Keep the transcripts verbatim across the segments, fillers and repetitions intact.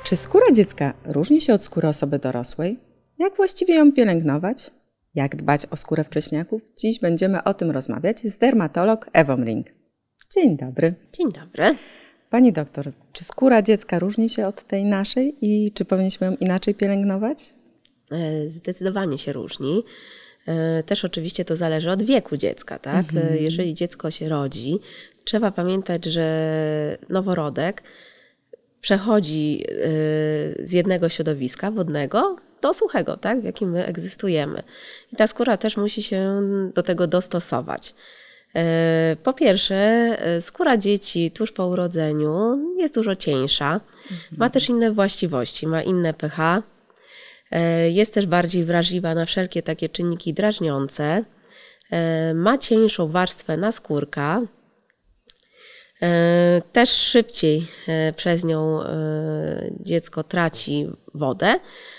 Czy skóra dziecka różni się od skóry osoby dorosłej? Jak właściwie ją pielęgnować? Jak dbać o skórę wcześniaków? Dziś będziemy o tym rozmawiać z dermatolog Ewą Ring. Dzień dobry. Dzień dobry. Pani doktor, czy skóra dziecka różni się od tej naszej i czy powinniśmy ją inaczej pielęgnować? Zdecydowanie się różni. Też oczywiście to zależy od wieku dziecka, tak? Mhm. Jeżeli dziecko się rodzi, trzeba pamiętać, że noworodek przechodzi z jednego środowiska wodnego do suchego, tak? W jakim my egzystujemy. I ta skóra też musi się do tego dostosować. Po pierwsze, skóra dzieci tuż po urodzeniu jest dużo cieńsza, mhm. ma też inne właściwości, ma inne pH, jest też bardziej wrażliwa na wszelkie takie czynniki drażniące, ma cieńszą warstwę naskórka, też szybciej przez nią dziecko traci wodę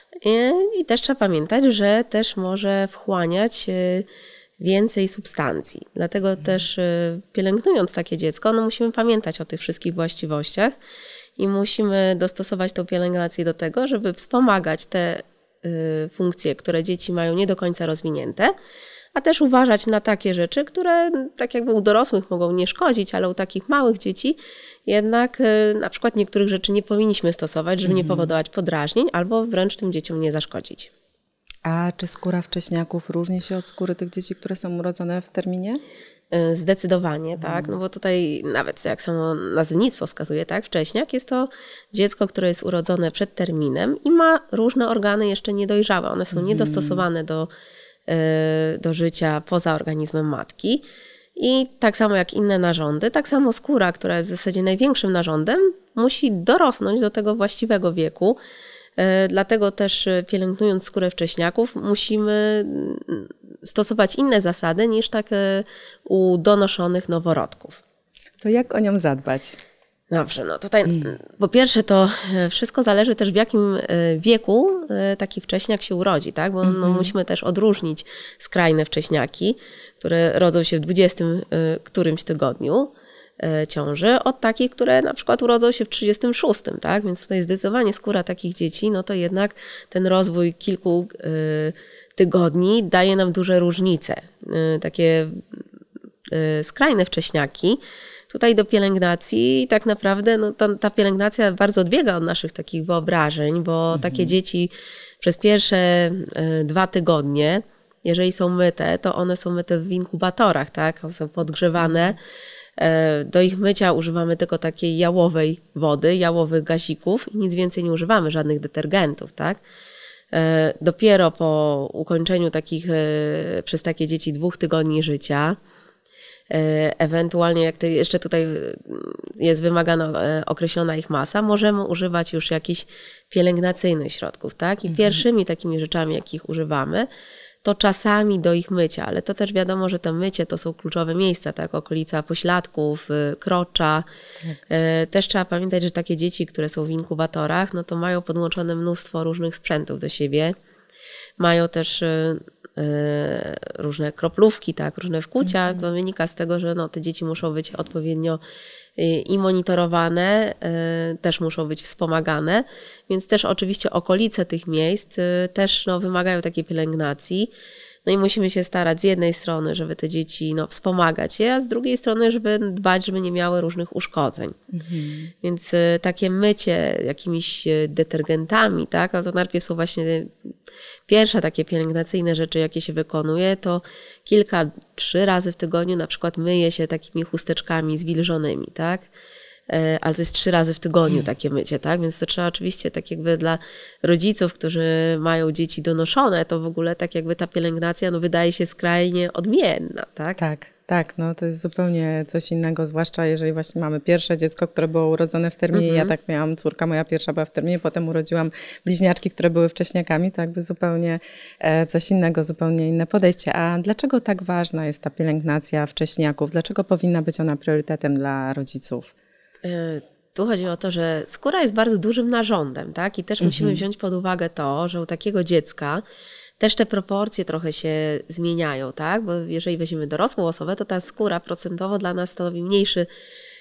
i też trzeba pamiętać, że też może wchłaniać więcej substancji. Dlatego mhm. też pielęgnując takie dziecko, no musimy pamiętać o tych wszystkich właściwościach i musimy dostosować tą pielęgnację do tego, żeby wspomagać te y, funkcje, które dzieci mają nie do końca rozwinięte, a też uważać na takie rzeczy, które tak jakby u dorosłych mogą nie szkodzić, ale u takich małych dzieci jednak y, na przykład niektórych rzeczy nie powinniśmy stosować, żeby mhm. nie powodować podrażnień albo wręcz tym dzieciom nie zaszkodzić. A czy skóra wcześniaków różni się od skóry tych dzieci, które są urodzone w terminie? Zdecydowanie, hmm. tak, no bo tutaj nawet jak samo nazewnictwo wskazuje, tak, wcześniak jest to dziecko, które jest urodzone przed terminem i ma różne organy jeszcze niedojrzałe. One są hmm. niedostosowane do, do życia poza organizmem matki. I tak samo jak inne narządy, tak samo skóra, która jest w zasadzie największym narządem, musi dorosnąć do tego właściwego wieku. Dlatego też pielęgnując skórę wcześniaków musimy stosować inne zasady niż tak u donoszonych noworodków. To jak o nią zadbać? Dobrze, no tutaj mm. po pierwsze to wszystko zależy też w jakim wieku taki wcześniak się urodzi, tak? Bo mm-hmm. no, musimy też odróżnić skrajne wcześniaki, które rodzą się w dwudziestym którymś tygodniu ciąży, od takich, które na przykład urodzą się w trzydziestym szóstym, tak? Więc tutaj zdecydowanie skóra takich dzieci, no to jednak ten rozwój kilku y, tygodni daje nam duże różnice. Y, takie y, skrajne wcześniaki, tutaj do pielęgnacji tak naprawdę no, ta, ta pielęgnacja bardzo odbiega od naszych takich wyobrażeń, bo mhm. takie dzieci przez pierwsze y, dwa tygodnie, jeżeli są myte, to one są myte w inkubatorach, tak? One są podgrzewane. Do ich mycia używamy tylko takiej jałowej wody, jałowych gazików i nic więcej nie używamy, żadnych detergentów, tak? Dopiero po ukończeniu takich, przez takie dzieci dwóch tygodni życia, ewentualnie jak to jeszcze tutaj jest wymagana określona ich masa, możemy używać już jakichś pielęgnacyjnych środków, tak? I mhm. pierwszymi takimi rzeczami, jakich używamy, to czasami do ich mycia, ale to też wiadomo, że to mycie to są kluczowe miejsca, tak, okolica pośladków, krocza. Tak. Też trzeba pamiętać, że takie dzieci, które są w inkubatorach, no to mają podłączone mnóstwo różnych sprzętów do siebie. Mają też różne kroplówki, tak, różne wkłucia. To wynika z tego, że no, te dzieci muszą być odpowiednio i monitorowane, też muszą być wspomagane, więc też oczywiście okolice tych miejsc też no, wymagają takiej pielęgnacji. No i musimy się starać z jednej strony, żeby te dzieci no, wspomagać je, a z drugiej strony, żeby dbać, żeby nie miały różnych uszkodzeń. Mhm. Więc takie mycie jakimiś detergentami, tak, no to najpierw są właśnie pierwsze takie pielęgnacyjne rzeczy, jakie się wykonuje, to kilka, trzy razy w tygodniu na przykład myje się takimi chusteczkami zwilżonymi, tak? Ale to jest trzy razy w tygodniu takie mycie, tak? Więc to trzeba oczywiście tak jakby dla rodziców, którzy mają dzieci donoszone, to w ogóle tak jakby ta pielęgnacja no wydaje się skrajnie odmienna, tak? Tak. Tak, no to jest zupełnie coś innego, zwłaszcza jeżeli właśnie mamy pierwsze dziecko, które było urodzone w terminie. Mhm. Ja tak miałam, córka moja pierwsza była w terminie, potem urodziłam bliźniaczki, które były wcześniakami, to jakby zupełnie coś innego, zupełnie inne podejście. A dlaczego tak ważna jest ta pielęgnacja wcześniaków? Dlaczego powinna być ona priorytetem dla rodziców? Y- Tu chodzi o to, że skóra jest bardzo dużym narządem, tak? I też mhm. musimy wziąć pod uwagę to, że u takiego dziecka też te proporcje trochę się zmieniają, tak? Bo jeżeli weźmiemy dorosłą osobę, to ta skóra procentowo dla nas stanowi mniejszy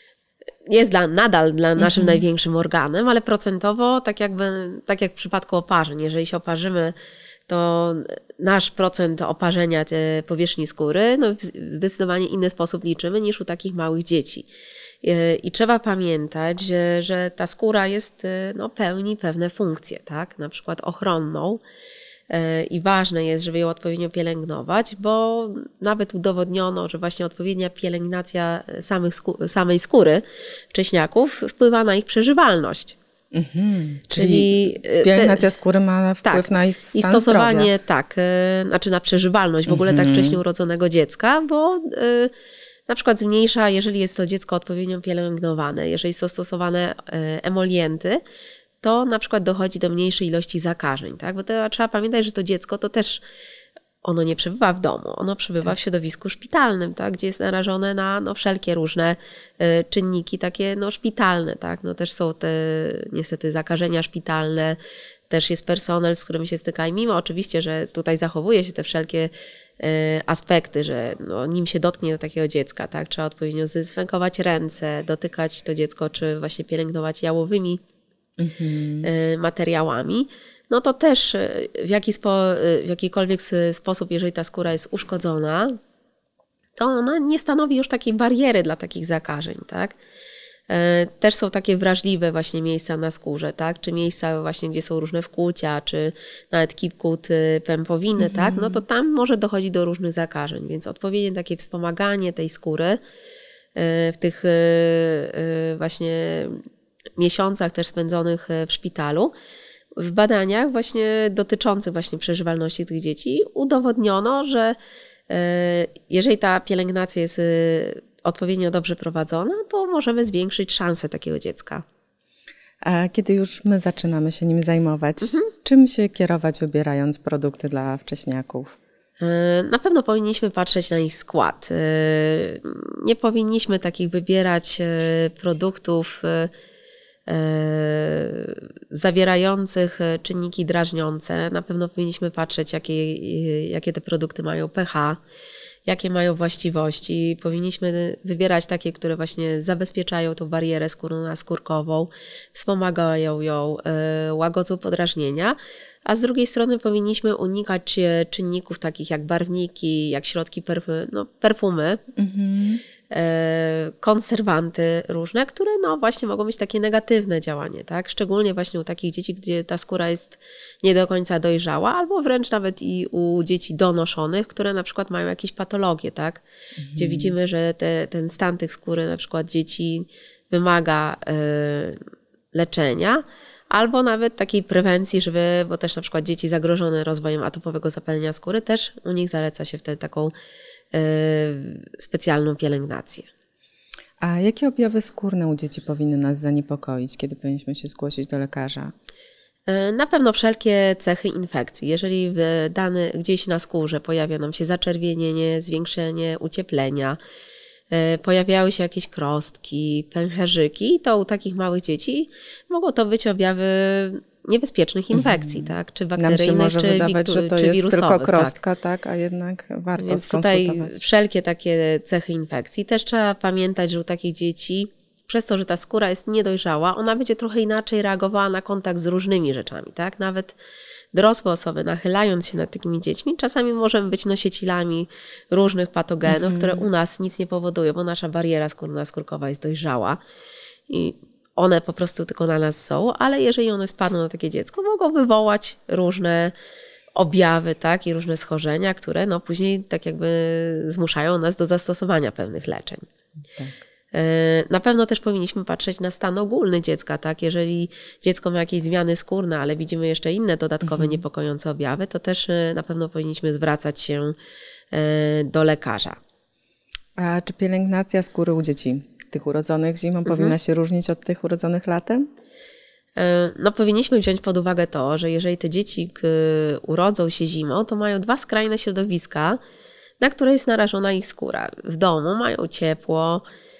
jest dla, nadal dla naszym Mhm. największym organem, ale procentowo, tak jakby, tak jak w przypadku oparzeń, jeżeli się oparzymy, to nasz procent oparzenia te powierzchni skóry no, w zdecydowanie inny sposób liczymy niż u takich małych dzieci. I trzeba pamiętać, że, że ta skóra jest, no, pełni pewne funkcje, tak? Na przykład ochronną. I ważne jest, żeby ją odpowiednio pielęgnować, bo nawet udowodniono, że właśnie odpowiednia pielęgnacja samych skó- samej skóry wcześniaków wpływa na ich przeżywalność. Mhm. Czyli, Czyli pielęgnacja skóry ma wpływ tak, na ich stan i stosowanie, zdrowia. tak, y, znaczy na przeżywalność w ogóle tak wcześnie urodzonego dziecka, bo y, na przykład zmniejsza, jeżeli jest to dziecko odpowiednio pielęgnowane, jeżeli są stosowane y, emolienty, to na przykład dochodzi do mniejszej ilości zakażeń, tak? Bo to trzeba pamiętać, że to dziecko to też ono nie przebywa w domu, ono przebywa w środowisku szpitalnym, tak? Gdzie jest narażone na no, wszelkie różne y, czynniki takie no, szpitalne. Tak? No, też są te niestety zakażenia szpitalne, też jest personel, z którym się styka i mimo oczywiście, że tutaj zachowuje się te wszelkie y, aspekty, że no, nim się dotknie do takiego dziecka, tak? Trzeba odpowiednio zdezynfekować ręce, dotykać to dziecko, czy właśnie pielęgnować jałowymi mhm. y, materiałami. No to też w, jaki spo, w jakikolwiek sposób, jeżeli ta skóra jest uszkodzona, to ona nie stanowi już takiej bariery dla takich zakażeń, tak? Też są takie wrażliwe właśnie miejsca na skórze, tak? Czy miejsca właśnie, gdzie są różne wkłucia, czy nawet kip-kut, pępowiny, mhm. tak? No to tam może dochodzić do różnych zakażeń, więc odpowiednie takie wspomaganie tej skóry w tych właśnie miesiącach też spędzonych w szpitalu, w badaniach właśnie dotyczących właśnie przeżywalności tych dzieci udowodniono, że jeżeli ta pielęgnacja jest odpowiednio dobrze prowadzona, to możemy zwiększyć szanse takiego dziecka. A kiedy już my zaczynamy się nim zajmować, mhm. czym się kierować, wybierając produkty dla wcześniaków? Na pewno powinniśmy patrzeć na ich skład. Nie powinniśmy takich wybierać produktów zawierających czynniki drażniące. Na pewno powinniśmy patrzeć, jakie, jakie te produkty mają pH, jakie mają właściwości. Powinniśmy wybierać takie, które właśnie zabezpieczają tą barierę skórno-naskórkową, wspomagają ją, łagodzą podrażnienia, a z drugiej strony powinniśmy unikać czynników takich jak barwniki, jak środki perfumy, no, perfumy. Mhm. konserwanty różne, które no właśnie mogą mieć takie negatywne działanie, tak? Szczególnie właśnie u takich dzieci, gdzie ta skóra jest nie do końca dojrzała, albo wręcz nawet i u dzieci donoszonych, które na przykład mają jakieś patologie, tak? Mhm. Gdzie widzimy, że te, ten stan tych skóry na przykład dzieci wymaga y, leczenia, albo nawet takiej prewencji, żeby, bo też na przykład dzieci zagrożone rozwojem atopowego zapalenia skóry, też u nich zaleca się wtedy taką specjalną pielęgnację. A jakie objawy skórne u dzieci powinny nas zaniepokoić, kiedy powinniśmy się zgłosić do lekarza? Na pewno wszelkie cechy infekcji. Jeżeli w dany, gdzieś na skórze pojawia nam się zaczerwienienie, zwiększenie ucieplenia, pojawiały się jakieś krostki, pęcherzyki, to u takich małych dzieci mogą to być objawy niebezpiecznych infekcji, mm. tak? Czy bakteryjnych, Nam się może czy, wydawać, wiktu- że to czy jest wirusowych. tylko krostka, tak. tak, a jednak warto Więc skonsultować. tutaj wszelkie takie cechy infekcji. Też trzeba pamiętać, że u takich dzieci, przez to, że ta skóra jest niedojrzała, ona będzie trochę inaczej reagowała na kontakt z różnymi rzeczami, tak? Nawet dorosłe osoby, nachylając się nad takimi dziećmi, czasami możemy być nosicielami różnych patogenów, mm-hmm. które u nas nic nie powodują, bo nasza bariera skórna-skórkowa jest dojrzała i one po prostu tylko na nas są, ale jeżeli one spadną na takie dziecko, mogą wywołać różne objawy, tak, i różne schorzenia, które no później tak jakby zmuszają nas do zastosowania pewnych leczeń. Tak. Na pewno też powinniśmy patrzeć na stan ogólny dziecka, tak? Jeżeli dziecko ma jakieś zmiany skórne, ale widzimy jeszcze inne dodatkowe mhm. niepokojące objawy, to też na pewno powinniśmy zwracać się do lekarza. A czy pielęgnacja skóry u dzieci, tych urodzonych zimą, mhm. powinna się różnić od tych urodzonych latem? No powinniśmy wziąć pod uwagę to, że jeżeli te dzieci urodzą się zimą, to mają dwa skrajne środowiska, na które jest narażona ich skóra. W domu mają ciepło,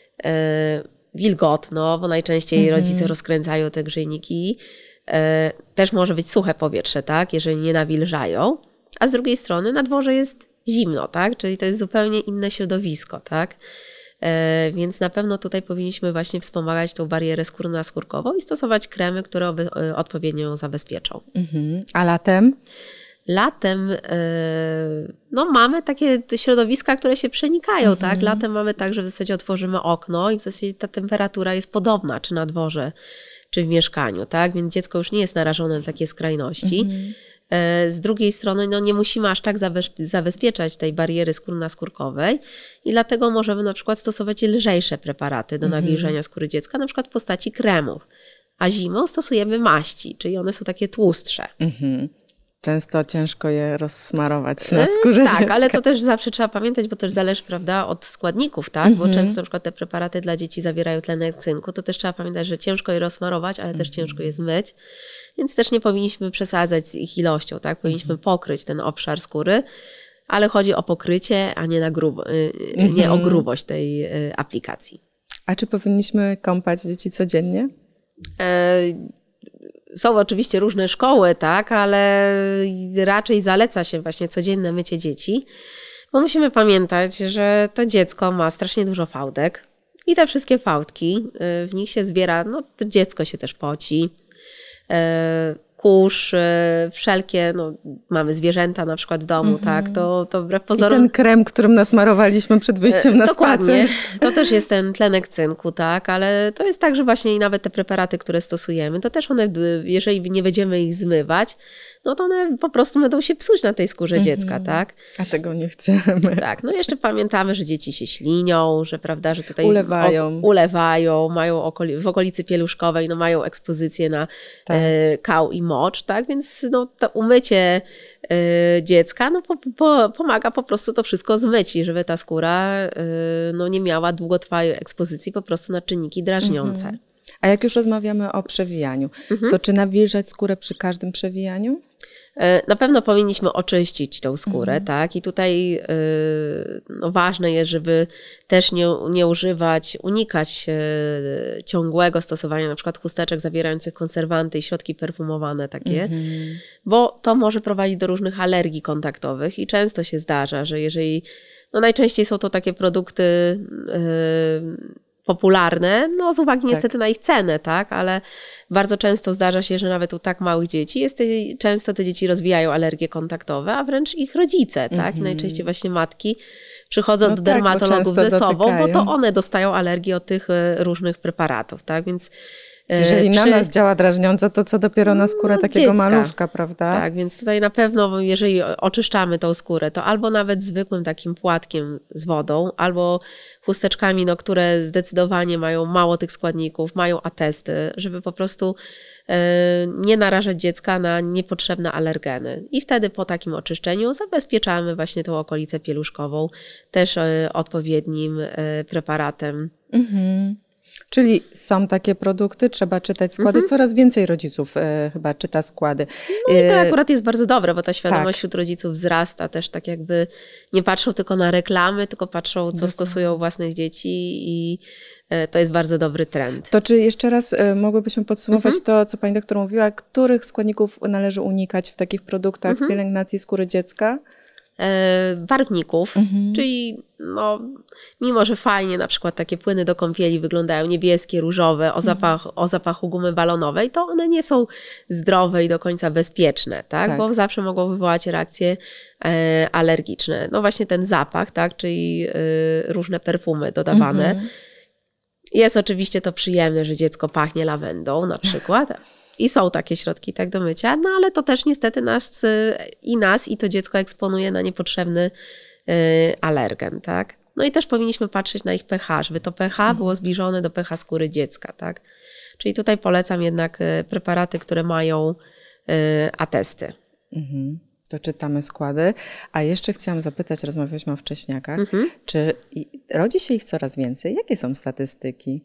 wilgotno, bo najczęściej mhm. rodzice rozkręcają te grzejniki. Też może być suche powietrze, tak, jeżeli nie nawilżają. A z drugiej strony na dworze jest zimno, tak, czyli to jest zupełnie inne środowisko, tak. Więc na pewno tutaj powinniśmy właśnie wspomagać tą barierę skórno-naskórkową i stosować kremy, które odpowiednio ją zabezpieczą. Mhm. A latem? Latem no, mamy takie środowiska, które się przenikają. Mhm. Tak? Latem mamy tak, że w zasadzie otworzymy okno i w zasadzie ta temperatura jest podobna, czy na dworze, czy w mieszkaniu. Tak? Więc dziecko już nie jest narażone na takie skrajności. Mhm. Z drugiej strony no, nie musimy aż tak zabezpieczać tej bariery skórno-naskórkowej i dlatego możemy na przykład stosować lżejsze preparaty do nawilżenia skóry dziecka, na przykład w postaci kremów. A zimą stosujemy maści, czyli one są takie tłustsze. Mhm. Często ciężko je rozsmarować na skórze Tak, dziecka. Ale to też zawsze trzeba pamiętać, bo też zależy, prawda, od składników, tak? Mhm. Bo często na przykład te preparaty dla dzieci zawierają tlenek cynku, to też trzeba pamiętać, że ciężko je rozsmarować, ale też ciężko je zmyć. Więc też nie powinniśmy przesadzać z ich ilością, tak? Powinniśmy mhm. pokryć ten obszar skóry, ale chodzi o pokrycie, a nie, na grub... mhm. nie o grubość tej aplikacji. A czy powinniśmy kąpać dzieci codziennie? E Są oczywiście różne szkoły, tak, ale raczej zaleca się właśnie codzienne mycie dzieci, bo musimy pamiętać, że to dziecko ma strasznie dużo fałdek i te wszystkie fałdki, w nich się zbiera, no to dziecko się też poci, kurz, wszelkie, no mamy zwierzęta na przykład w domu, mm-hmm. tak, to, to wbrew pozorom... I ten krem, którym nasmarowaliśmy przed wyjściem na Dokładnie. spacer. To też jest ten tlenek cynku, tak, ale to jest tak, że właśnie i nawet te preparaty, które stosujemy, to też one, jeżeli nie będziemy ich zmywać, no to one po prostu będą się psuć na tej skórze mm-hmm. dziecka, tak? A tego nie chcemy. Tak, no jeszcze pamiętamy, że dzieci się ślinią, że prawda, że tutaj ulewają, o, ulewają mają okoli, w okolicy pieluszkowej, no mają ekspozycję na tak. e, kał i mocz, tak, więc no to umycie e, dziecka no, po, po, pomaga po prostu to wszystko zmyć i żeby ta skóra e, no, nie miała długotrwałej ekspozycji po prostu na czynniki drażniące. Mhm. A jak już rozmawiamy o przewijaniu, mhm. to czy nawilżać skórę przy każdym przewijaniu? Na pewno powinniśmy oczyścić tą skórę, mhm. tak? I tutaj no, ważne jest, żeby też nie, nie używać, unikać ciągłego stosowania na przykład chusteczek zawierających konserwanty i środki perfumowane takie, mhm. bo to może prowadzić do różnych alergii kontaktowych i często się zdarza, że jeżeli, no najczęściej są to takie produkty yy, popularne, no z uwagi tak. niestety na ich cenę, tak, ale bardzo często zdarza się, że nawet u tak małych dzieci jest, często te dzieci rozwijają alergie kontaktowe, a wręcz ich rodzice, tak, mm-hmm. i najczęściej właśnie matki przychodzą no do tak, dermatologów ze sobą, dotykają. Bo to one dostają alergii od tych różnych preparatów, tak, więc jeżeli przy... na nas działa drażniąco, to co dopiero na skórę no, takiego dziecka. Maluszka, prawda? Tak, więc tutaj na pewno, jeżeli oczyszczamy tą skórę, to albo nawet zwykłym takim płatkiem z wodą, albo chusteczkami, no, które zdecydowanie mają mało tych składników, mają atesty, żeby po prostu e, nie narażać dziecka na niepotrzebne alergeny. I wtedy po takim oczyszczeniu zabezpieczamy właśnie tą okolicę pieluszkową też e, odpowiednim e, preparatem. Mhm. Czyli są takie produkty, trzeba czytać składy. Mhm. Coraz więcej rodziców e, chyba czyta składy. No i to akurat jest bardzo dobre, bo ta świadomość tak. wśród rodziców wzrasta też tak jakby nie patrzą tylko na reklamy, tylko patrzą, co Dokładnie. Stosują u własnych dzieci i e, to jest bardzo dobry trend. To czy jeszcze raz e, mogłybyśmy podsumować mhm. to, co pani doktor mówiła, których składników należy unikać w takich produktach mhm. w pielęgnacji skóry dziecka? Barwników, mhm. czyli no, mimo, że fajnie na przykład takie płyny do kąpieli wyglądają niebieskie, różowe, o, zapach, mhm. o zapachu gumy balonowej, to one nie są zdrowe i do końca bezpieczne, tak? tak. Bo zawsze mogą wywołać reakcje e, alergiczne. No właśnie ten zapach, tak? Czyli e, różne perfumy dodawane. Mhm. Jest oczywiście to przyjemne, że dziecko pachnie lawendą na przykład. I są takie środki tak do mycia, no ale to też niestety nas i nas i to dziecko eksponuje na niepotrzebny y, alergen, tak? No i też powinniśmy patrzeć na ich pH, żeby to pH mhm. było zbliżone do pH skóry dziecka, tak? Czyli tutaj polecam jednak preparaty, które mają y, atesty. Mhm. To czytamy składy. A jeszcze chciałam zapytać, rozmawialiśmy o wcześniakach, mhm. czy rodzi się ich coraz więcej? Jakie są statystyki?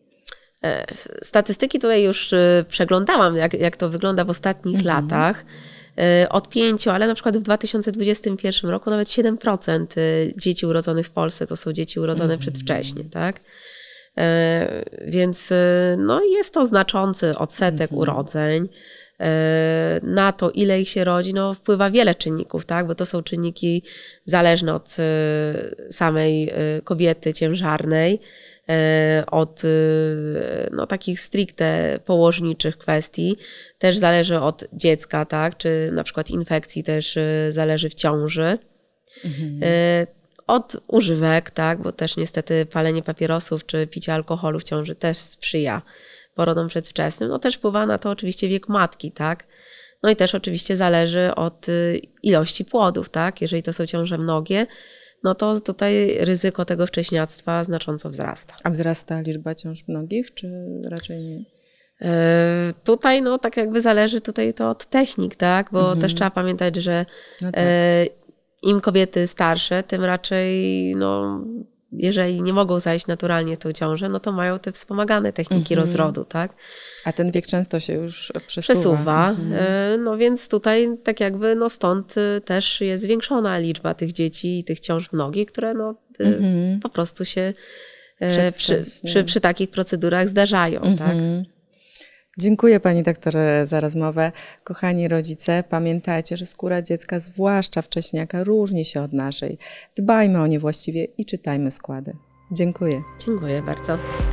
Statystyki tutaj już przeglądałam, jak, jak to wygląda w ostatnich mhm. latach. Od pięciu, ale na przykład w dwa tysiące dwudziestym pierwszym roku nawet siedem procent dzieci urodzonych w Polsce to są dzieci urodzone mhm. przedwcześnie, tak? Więc no, jest to znaczący odsetek mhm. urodzeń. Na to, ile ich się rodzi, no, wpływa wiele czynników, tak? Bo to są czynniki zależne od samej kobiety ciężarnej, od no, takich stricte położniczych kwestii. Też zależy od dziecka, tak? Czy na przykład infekcji też zależy w ciąży. Mhm. Od używek, tak? Bo też niestety palenie papierosów czy picie alkoholu w ciąży też sprzyja porodom przedwczesnym. No też wpływa na to oczywiście wiek matki, tak? No i też oczywiście zależy od ilości płodów, tak? Jeżeli to są ciąże mnogie, no to tutaj ryzyko tego wcześniactwa znacząco wzrasta. A wzrasta liczba ciąż mnogich, czy raczej nie? Yy, tutaj no tak jakby zależy tutaj to od technik, tak? Bo mhm. też trzeba pamiętać, że no tak. yy, im kobiety starsze, tym raczej no jeżeli nie mogą zajść naturalnie tą ciążę, no to mają te wspomagane techniki mhm. rozrodu, tak? A ten wiek często się już przesuwa. Przesuwa, mhm. no więc tutaj tak jakby no stąd też jest zwiększona liczba tych dzieci i tych ciąż mnogich, które no mhm. po prostu się przy, przy, przy takich procedurach zdarzają, mhm. tak? Dziękuję Pani doktorze za rozmowę. Kochani rodzice, pamiętajcie, że skóra dziecka, zwłaszcza wcześniaka, różni się od naszej. Dbajmy o nie właściwie i czytajmy składy. Dziękuję. Dziękuję bardzo.